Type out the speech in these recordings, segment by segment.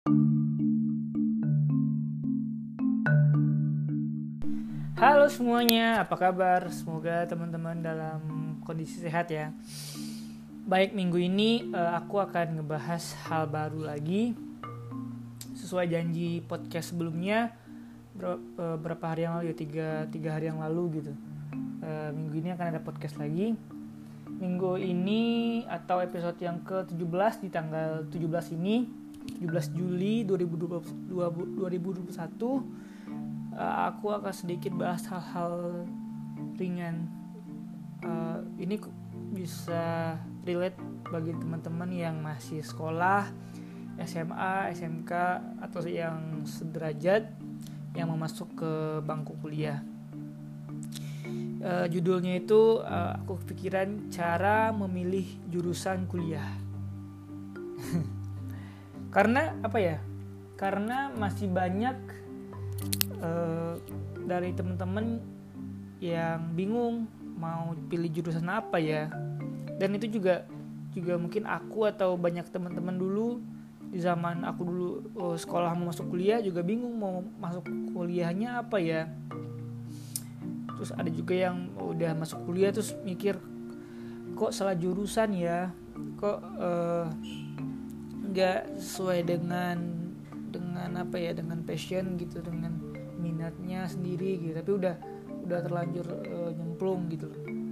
Halo semuanya, apa kabar? Semoga teman-teman dalam kondisi sehat ya. Baik, minggu ini aku akan ngebahas hal baru lagi. Sesuai janji podcast sebelumnya, berapa hari yang lalu ya, tiga hari yang lalu gitu. Minggu ini akan ada podcast lagi. Minggu ini atau episode yang ke-17 di tanggal 17 ini, 17 Juli 2021, aku akan sedikit bahas hal-hal ringan. Ini bisa relate bagi teman-teman yang masih sekolah, SMA, SMK, atau yang sederajat yang mau masuk ke bangku kuliah. Judulnya itu aku kepikiran cara memilih jurusan kuliah. Karena apa ya? Karena masih banyak dari teman-teman yang bingung mau pilih jurusan apa ya. Dan itu juga mungkin aku atau banyak teman-teman dulu di zaman aku dulu sekolah mau masuk kuliah juga bingung mau masuk kuliahnya apa ya. Terus ada juga yang udah masuk kuliah terus mikir kok salah jurusan ya, kok nggak sesuai dengan apa ya, dengan passion gitu, dengan minatnya sendiri gitu, tapi udah terlanjur nyemplung gitu.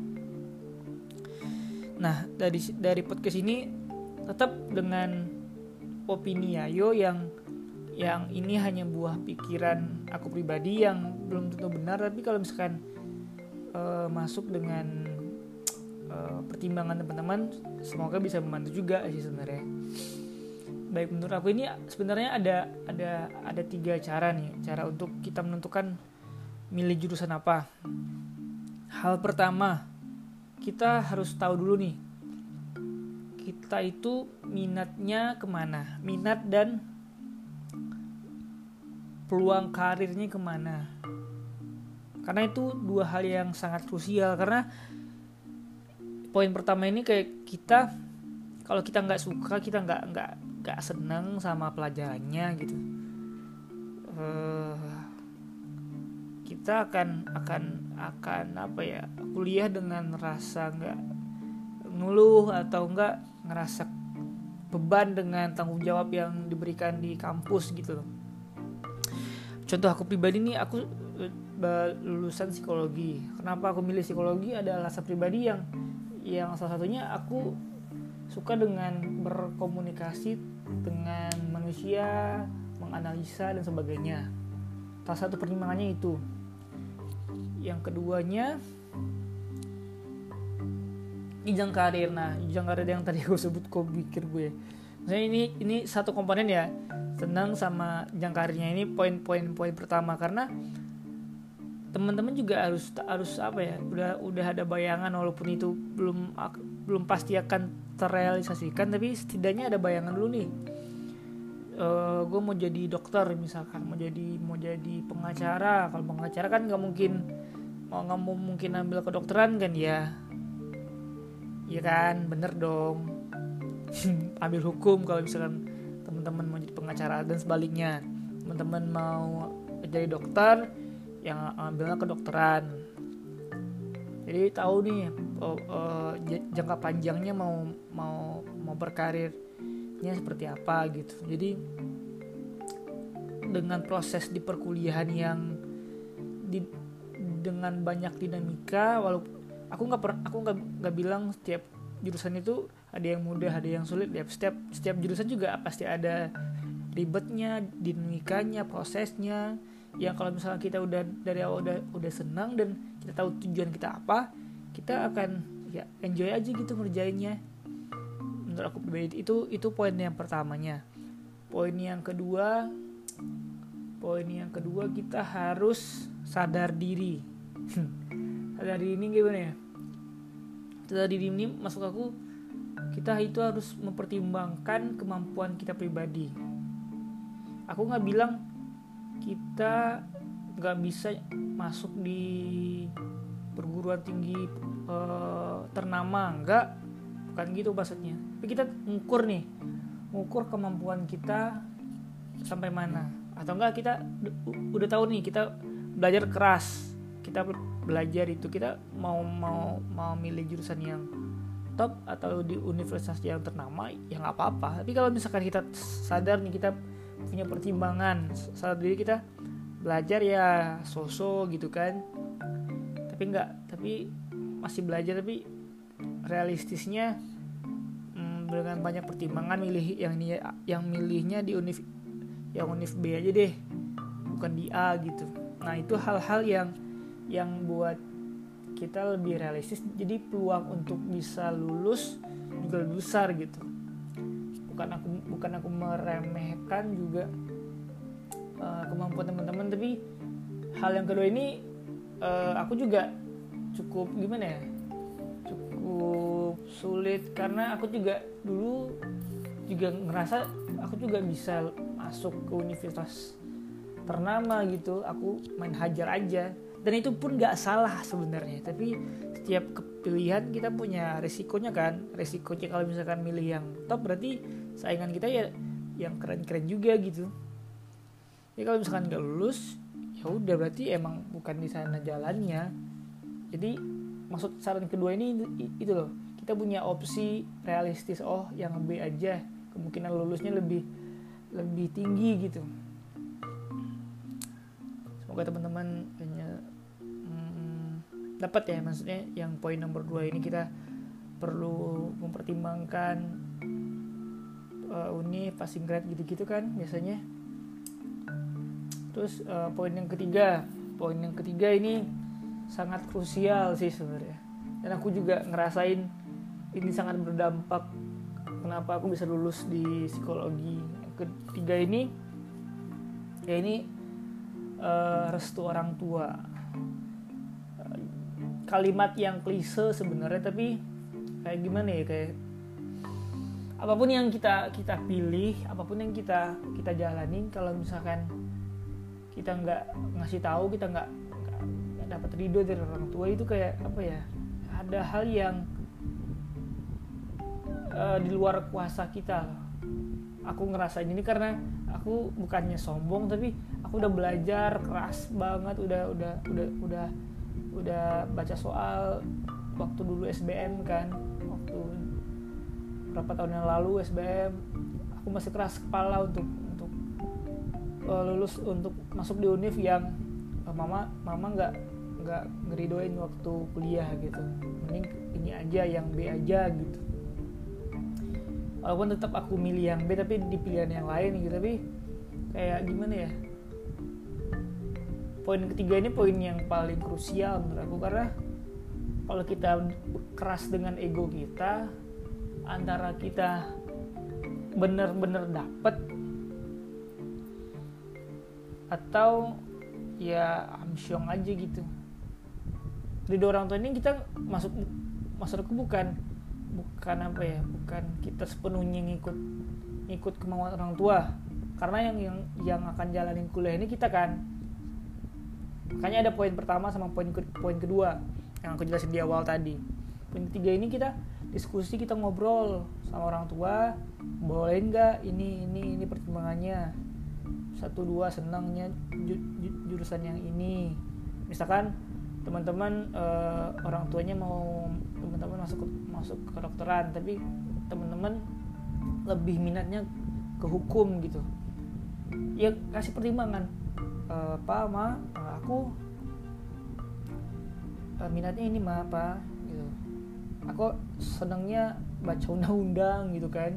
Nah, dari podcast ini tetap dengan opini Ayo yang ini hanya buah pikiran aku pribadi yang belum tentu benar, tapi kalau misalkan masuk dengan pertimbangan teman-teman, semoga bisa membantu juga sih sebenarnya. Baik, menurut aku ini sebenarnya ada 3 cara nih, cara untuk kita menentukan milih jurusan apa. Hal pertama, kita harus tahu dulu nih, kita itu minatnya kemana, minat dan peluang karirnya kemana. Karena itu 2 hal yang sangat krusial. Karena poin pertama ini kayak kita, kalau kita nggak suka, kita nggak senang sama pelajarannya gitu, kita akan apa ya, kuliah dengan rasa nggak ngeluh atau nggak ngerasa beban dengan tanggung jawab yang diberikan di kampus gitu. Contoh aku pribadi nih, aku lulusan psikologi. Kenapa aku milih psikologi? Ada alasan pribadi yang salah satunya aku suka dengan berkomunikasi dengan manusia, menganalisa dan sebagainya. Salah satu pertimbangannya itu. Yang keduanya, jenjang karir. Nah, jenjang karir yang tadi aku sebut, kok pikir gue. Maksudnya ini satu komponen ya. Senang sama jenjang karirnya, ini poin pertama. Karena teman-teman juga harus apa ya, udah ada bayangan, walaupun itu belum pasti akan terrealisasikan, tapi setidaknya ada bayangan dulu nih. Gue mau jadi dokter misalkan, mau jadi pengacara. Kalau pengacara kan nggak mungkin ambil kedokteran kan ya, iya kan, bener dong. Ambil hukum kalau misalkan teman-teman mau jadi pengacara, dan sebaliknya teman-teman mau jadi dokter yang ambilnya kedokteran. Jadi tahu nih jangka panjangnya mau berkarirnya seperti apa gitu. Jadi dengan proses di perkuliahan yang dengan banyak dinamika, walaupun aku nggak bilang setiap jurusan itu ada yang mudah, ada yang sulit ya. Setiap jurusan juga pasti ada ribetnya, dinamikanya, prosesnya. Yang kalau misalnya kita udah dari awal udah senang dan kita tahu tujuan kita apa, kita akan ya enjoy aja gitu ngerjainnya. Menurut aku pribadi itu poin yang pertamanya. Poin yang kedua, kita harus sadar diri. Sadar diri ini gimana ya? Sadar diri ini maksud aku, kita itu harus mempertimbangkan kemampuan kita pribadi. Aku nggak bilang kita nggak bisa masuk di perguruan tinggi ternama, bukan gitu maksudnya. Tapi kita ngukur kemampuan kita sampai mana, atau enggak kita udah tahu nih kita belajar keras, kita belajar itu kita mau milih jurusan yang top atau di universitas yang ternama, ya nggak apa-apa. Tapi kalau misalkan kita sadar nih, kita punya pertimbangan, sadar diri kita belajar ya so-so gitu kan, tapi masih belajar, tapi realistisnya dengan banyak pertimbangan milih yang milihnya di univ B aja deh, bukan di A gitu. Nah itu hal-hal yang buat kita lebih realistis, jadi peluang untuk bisa lulus juga lebih besar gitu. Bukan aku meremehkan juga kemampuan teman-teman, tapi hal yang kedua ini aku juga cukup sulit, karena aku juga dulu ngerasa aku juga bisa masuk ke universitas ternama gitu, aku main hajar aja, dan itu pun gak salah sebenarnya. Tapi setiap pilihan kita punya resikonya kan, resikonya kalau misalkan milih yang top berarti saingan kita ya yang keren-keren juga gitu. Ya kalau misalkan gak lulus, ya udah berarti emang bukan di sana jalannya. Jadi maksud saran kedua ini itu loh, kita punya opsi realistis, yang B aja kemungkinan lulusnya lebih tinggi gitu. Semoga teman-teman dapat ya, maksudnya yang poin nomor 2 ini kita perlu mempertimbangkan uni, passing grade gitu-gitu kan biasanya. Terus poin yang ketiga ini sangat krusial sih sebenarnya, dan aku juga ngerasain ini sangat berdampak kenapa aku bisa lulus di psikologi. Yang ketiga ini restu orang tua. Kalimat yang klise sebenarnya, tapi kayak gimana ya, kayak apapun yang kita pilih, apapun yang kita jalanin, kalau misalkan kita nggak ngasih tahu, kita nggak dapat ridho dari orang tua, itu kayak apa ya, ada hal yang di luar kuasa kita. Aku ngerasain ini karena aku bukannya sombong, tapi aku udah belajar keras banget, udah baca soal waktu dulu SBM kan, waktu berapa tahun yang lalu SBM, aku masih keras kepala untuk lulus, untuk masuk di univ yang mama nggak ngeridoin waktu kuliah gitu. Mending ini aja, yang B aja gitu. Walaupun tetap aku milih yang B, tapi di pilihan yang lain gitu. Tapi kayak gimana ya, poin ketiga ini poin yang paling krusial menurut aku, karena kalau kita keras dengan ego kita, antara kita bener-bener dapet atau ya amsyong aja gitu. Ridho orang tua ini kita maksudku bukan apa ya, bukan kita sepenuhnya ngikut kemauan orang tua, karena yang akan jalanin kuliah ini kita kan. Makanya ada poin pertama sama poin kedua yang aku jelasin di awal tadi. Poin ketiga ini kita diskusi, kita ngobrol sama orang tua, boleh nggak ini pertimbangannya, 1, 2 senangnya jurusan yang ini. Misalkan teman-teman orang tuanya mau teman-teman masuk ke kedokteran, tapi teman-teman lebih minatnya ke hukum gitu, ya kasih pertimbangan, Pak, Ma, aku minatnya ini, Ma, Pak gitu, aku senangnya baca undang-undang gitu kan.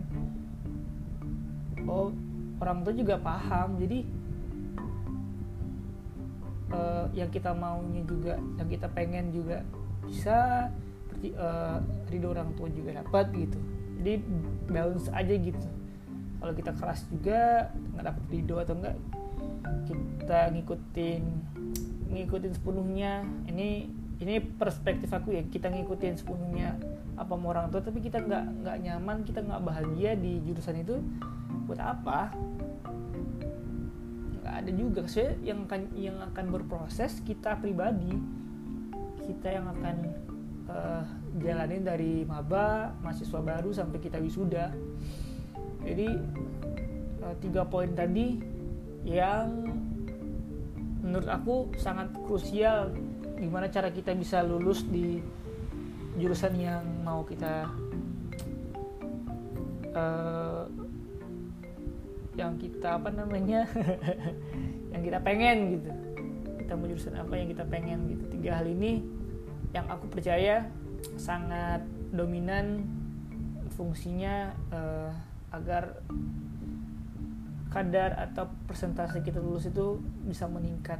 Orang tua juga paham, jadi yang kita maunya juga, yang kita pengen juga bisa ridho orang tua juga dapat gitu. Jadi balance aja gitu. Kalau kita keras juga nggak dapat ridho, atau enggak kita ngikutin sepenuhnya. Ini perspektif aku ya, kita ngikutin sepenuhnya apa mau orang tua, tapi kita nggak nyaman, kita nggak bahagia di jurusan itu, buat apa? Ada juga sih yang akan berproses, kita pribadi, kita yang akan jalanin dari maba, mahasiswa baru sampai kita wisuda. Jadi 3 poin tadi yang menurut aku sangat krusial, gimana cara kita bisa lulus di jurusan yang mau kita yang kita yang kita pengen gitu. Kita mau jurusan apa yang kita pengen gitu. 3 hal ini yang aku percaya sangat dominan fungsinya agar kadar atau persentase kita lulus itu bisa meningkat.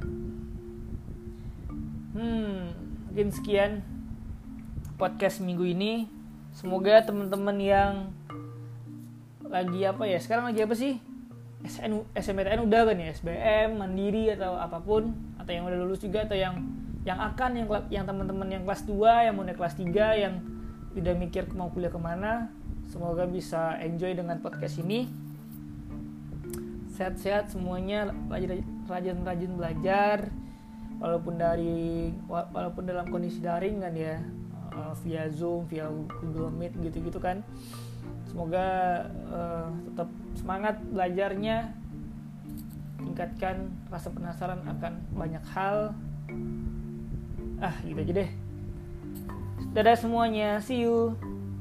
Mungkin sekian podcast minggu ini. Semoga teman-teman yang lagi sekarang lagi apa sih? SNMPTN udah kan ya, SBM, Mandiri atau apapun, atau yang udah lulus juga, atau yang teman-teman yang kelas 2, yang mau naik kelas 3, yang udah mikir mau kuliah kemana. Semoga bisa enjoy dengan podcast ini. Sehat-sehat semuanya, rajin-rajin belajar, walaupun dalam kondisi daring kan ya, via Zoom, via Google Meet gitu-gitu kan. Semoga tetap semangat belajarnya, tingkatkan rasa penasaran akan banyak hal. Gitu aja deh. Dadah semuanya, see you.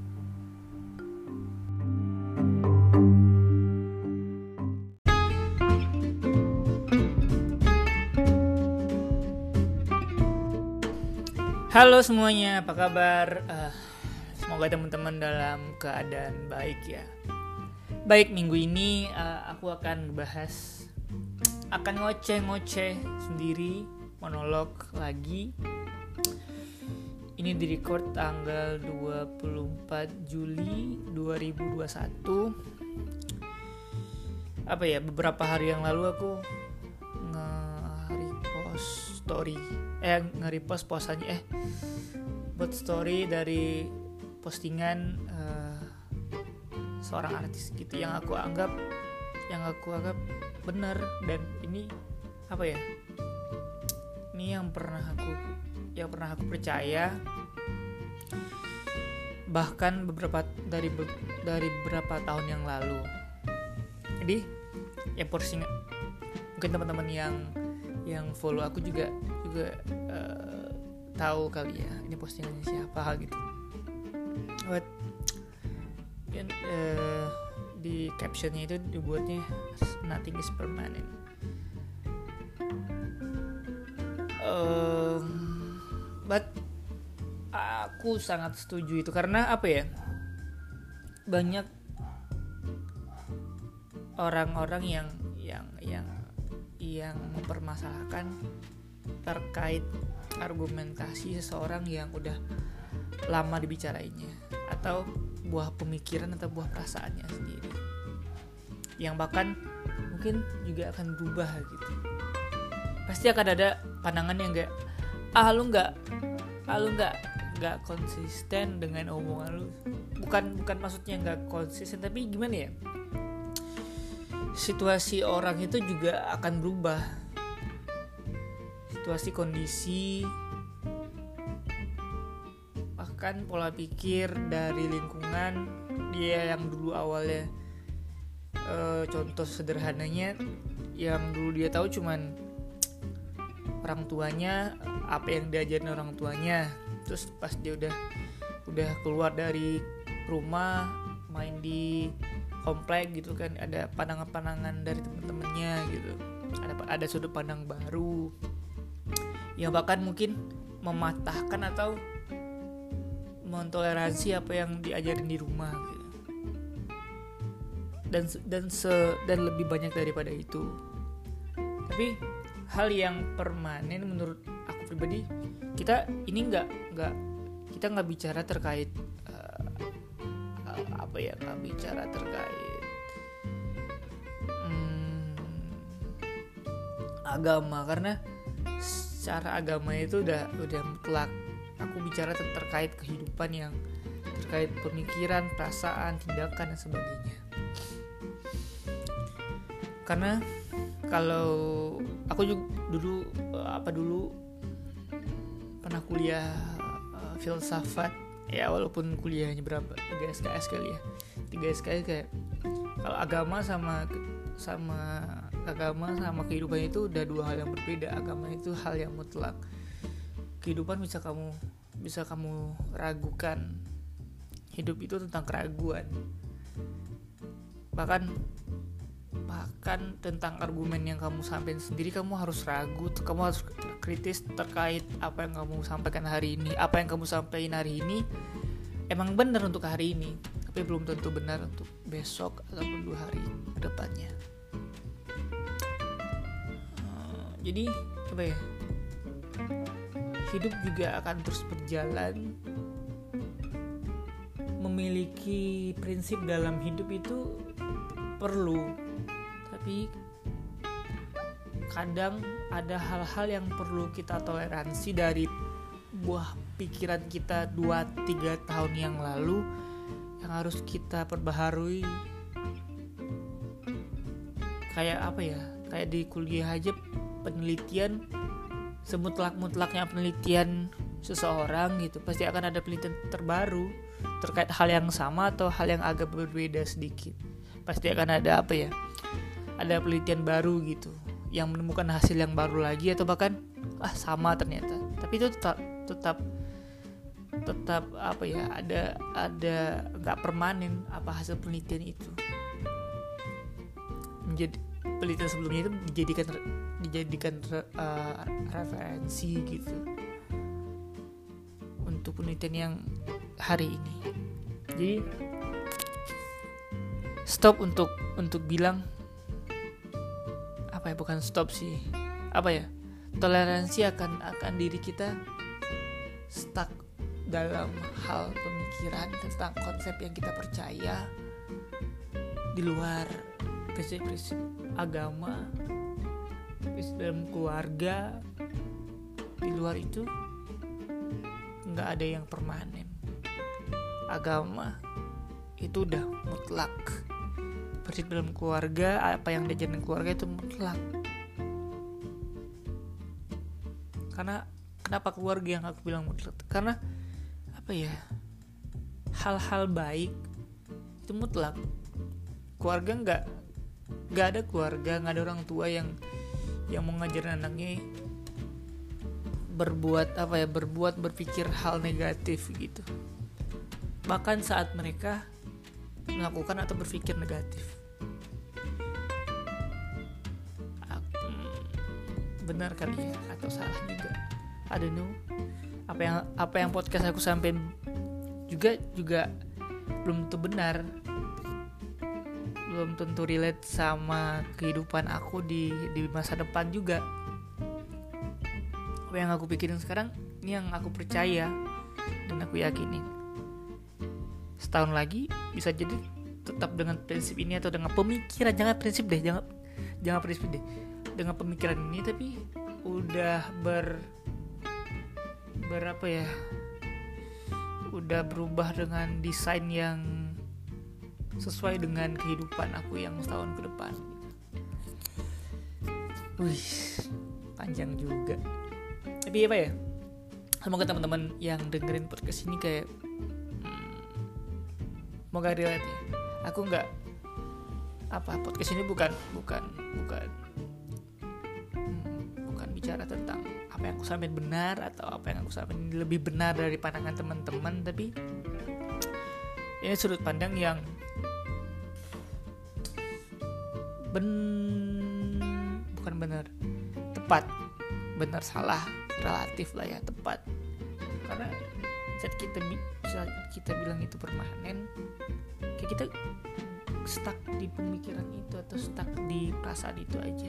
Halo semuanya, apa kabar? Semoga teman-teman dalam keadaan baik ya. Baik, minggu ini aku akan ngoceh-ngoceh sendiri, monolog lagi. Ini di-record tanggal 24 Juli 2021. Beberapa hari yang lalu aku nge-repost posannya buat story dari postingan seorang artis gitu yang aku anggap benar, dan ini ini yang pernah aku percaya, bahkan dari beberapa tahun yang lalu. Jadi ya postingan, mungkin teman-teman yang follow aku juga tahu kali ya ini postingannya siapa gitu. Di captionnya itu dibuatnya nothing is permanent. But aku sangat setuju itu, karena banyak orang-orang yang mempermasalahkan terkait argumentasi seseorang yang udah lama dibicarainya, atau buah pemikiran atau buah perasaannya sendiri, yang bahkan mungkin juga akan berubah gitu. Pasti akan ada pandangan yang lu nggak konsisten dengan omongan lu. Bukan maksudnya nggak konsisten, tapi gimana ya, situasi orang itu juga akan berubah, situasi, kondisi, bahkan pola pikir dari lingkungan dia yang dulu awalnya contoh sederhananya yang dulu dia tahu cuman orang tuanya, apa yang diajarin orang tuanya, terus pas dia udah keluar dari rumah, main di komplek gitu kan, ada pandangan-pandangan dari teman-temannya gitu, ada sudut pandang baru yang bahkan mungkin mematahkan atau mentoleransi apa yang diajarin di rumah gitu. Dan lebih banyak daripada itu. Tapi hal yang permanen menurut aku pribadi, kita ini nggak bicara terkait nggak bicara terkait agama, karena secara agama itu udah mutlak. Aku bicara terkait kehidupan, yang terkait pemikiran, perasaan, tindakan dan sebagainya. Karena kalau aku juga dulu pernah kuliah filsafat ya, walaupun kuliahnya berapa 3 SKS kali ya, 3 SKS kayak kalau agama sama agama sama kehidupan itu udah dua hal yang berbeda. Agama itu hal yang mutlak, kehidupan bisa kamu ragukan. Hidup itu tentang keraguan. Bahkan tentang argumen yang kamu sampaikan sendiri, kamu harus ragu, kamu harus kritis terkait apa yang kamu sampaikan hari ini. Apa yang kamu sampaikan hari ini emang benar untuk hari ini, tapi belum tentu benar untuk besok ataupun 2 hari ke depannya. Jadi apa ya, hidup juga akan terus berjalan. Memiliki prinsip dalam hidup itu perlu, tapi kadang ada hal-hal yang perlu kita toleransi dari buah pikiran kita 2-3 tahun yang lalu, yang harus kita perbaharui. Kayak apa ya, kayak di kuliah aja, penelitian, semutlak-mutlaknya penelitian seseorang gitu, pasti akan ada penelitian terbaru terkait hal yang sama atau hal yang agak berbeda sedikit. Pasti akan ada apa ya, ada penelitian baru gitu yang menemukan hasil yang baru lagi, atau bahkan sama ternyata. Tapi itu tetap apa ya, ada nggak permanen apa hasil penelitian itu. Menjadi penelitian sebelumnya itu dijadikan referensi gitu untuk penelitian yang hari ini. Jadi stop untuk bilang apa ya, bukan stop sih, apa ya, toleransi akan diri kita stuck dalam hal pemikiran tentang konsep yang kita percaya di luar prinsip-prinsip agama, prinsip dalam keluarga. Di luar itu nggak ada yang permanen. Agama itu udah mutlak. Prinsip dalam keluarga, apa yang diajarin keluarga itu mutlak. Karena kenapa keluarga yang aku bilang mutlak? Karena apa ya, hal-hal baik itu mutlak. Keluarga nggak ada keluarga, nggak ada orang tua yang mau ngajarin anaknya berpikir hal negatif gitu. Bahkan saat mereka melakukan atau berpikir negatif. Benar kali ya, atau salah juga, I don't know. Apa yang podcast aku sampai juga belum tentu benar, belum tentu relate sama kehidupan aku di masa depan juga. Apa yang aku pikirin sekarang, ini yang aku percaya dan aku yakinin. Setahun lagi bisa jadi tetap dengan prinsip ini atau dengan pemikiran, jangan prinsip deh, dengan pemikiran ini, tapi udah udah berubah dengan desain yang sesuai dengan kehidupan aku yang setahun ke depan. Wih, panjang juga. Tapi apa ya, semoga teman-teman yang dengerin podcast ini kayak semoga relate ya. Aku nggak podcast ini bukan bicara tentang apa yang aku sampaikan benar atau apa yang aku sampaikan lebih benar dari pandangan teman-teman, tapi ini sudut pandang yang bukan benar, tepat. Benar salah relatif lah ya, tepat. Karena saat kita bilang itu permanen, kayak kita stuck di pemikiran itu atau stuck di perasaan itu aja.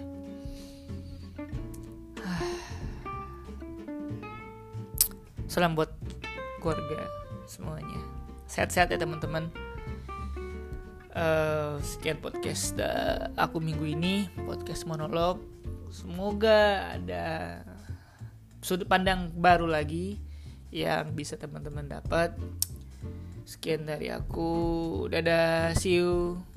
Salam buat keluarga semuanya, sehat-sehat ya teman-teman. Sekian podcast aku minggu ini, podcast monolog. Semoga ada sudut pandang baru lagi yang bisa teman-teman dapat. Sekian dari aku, dadah, see you.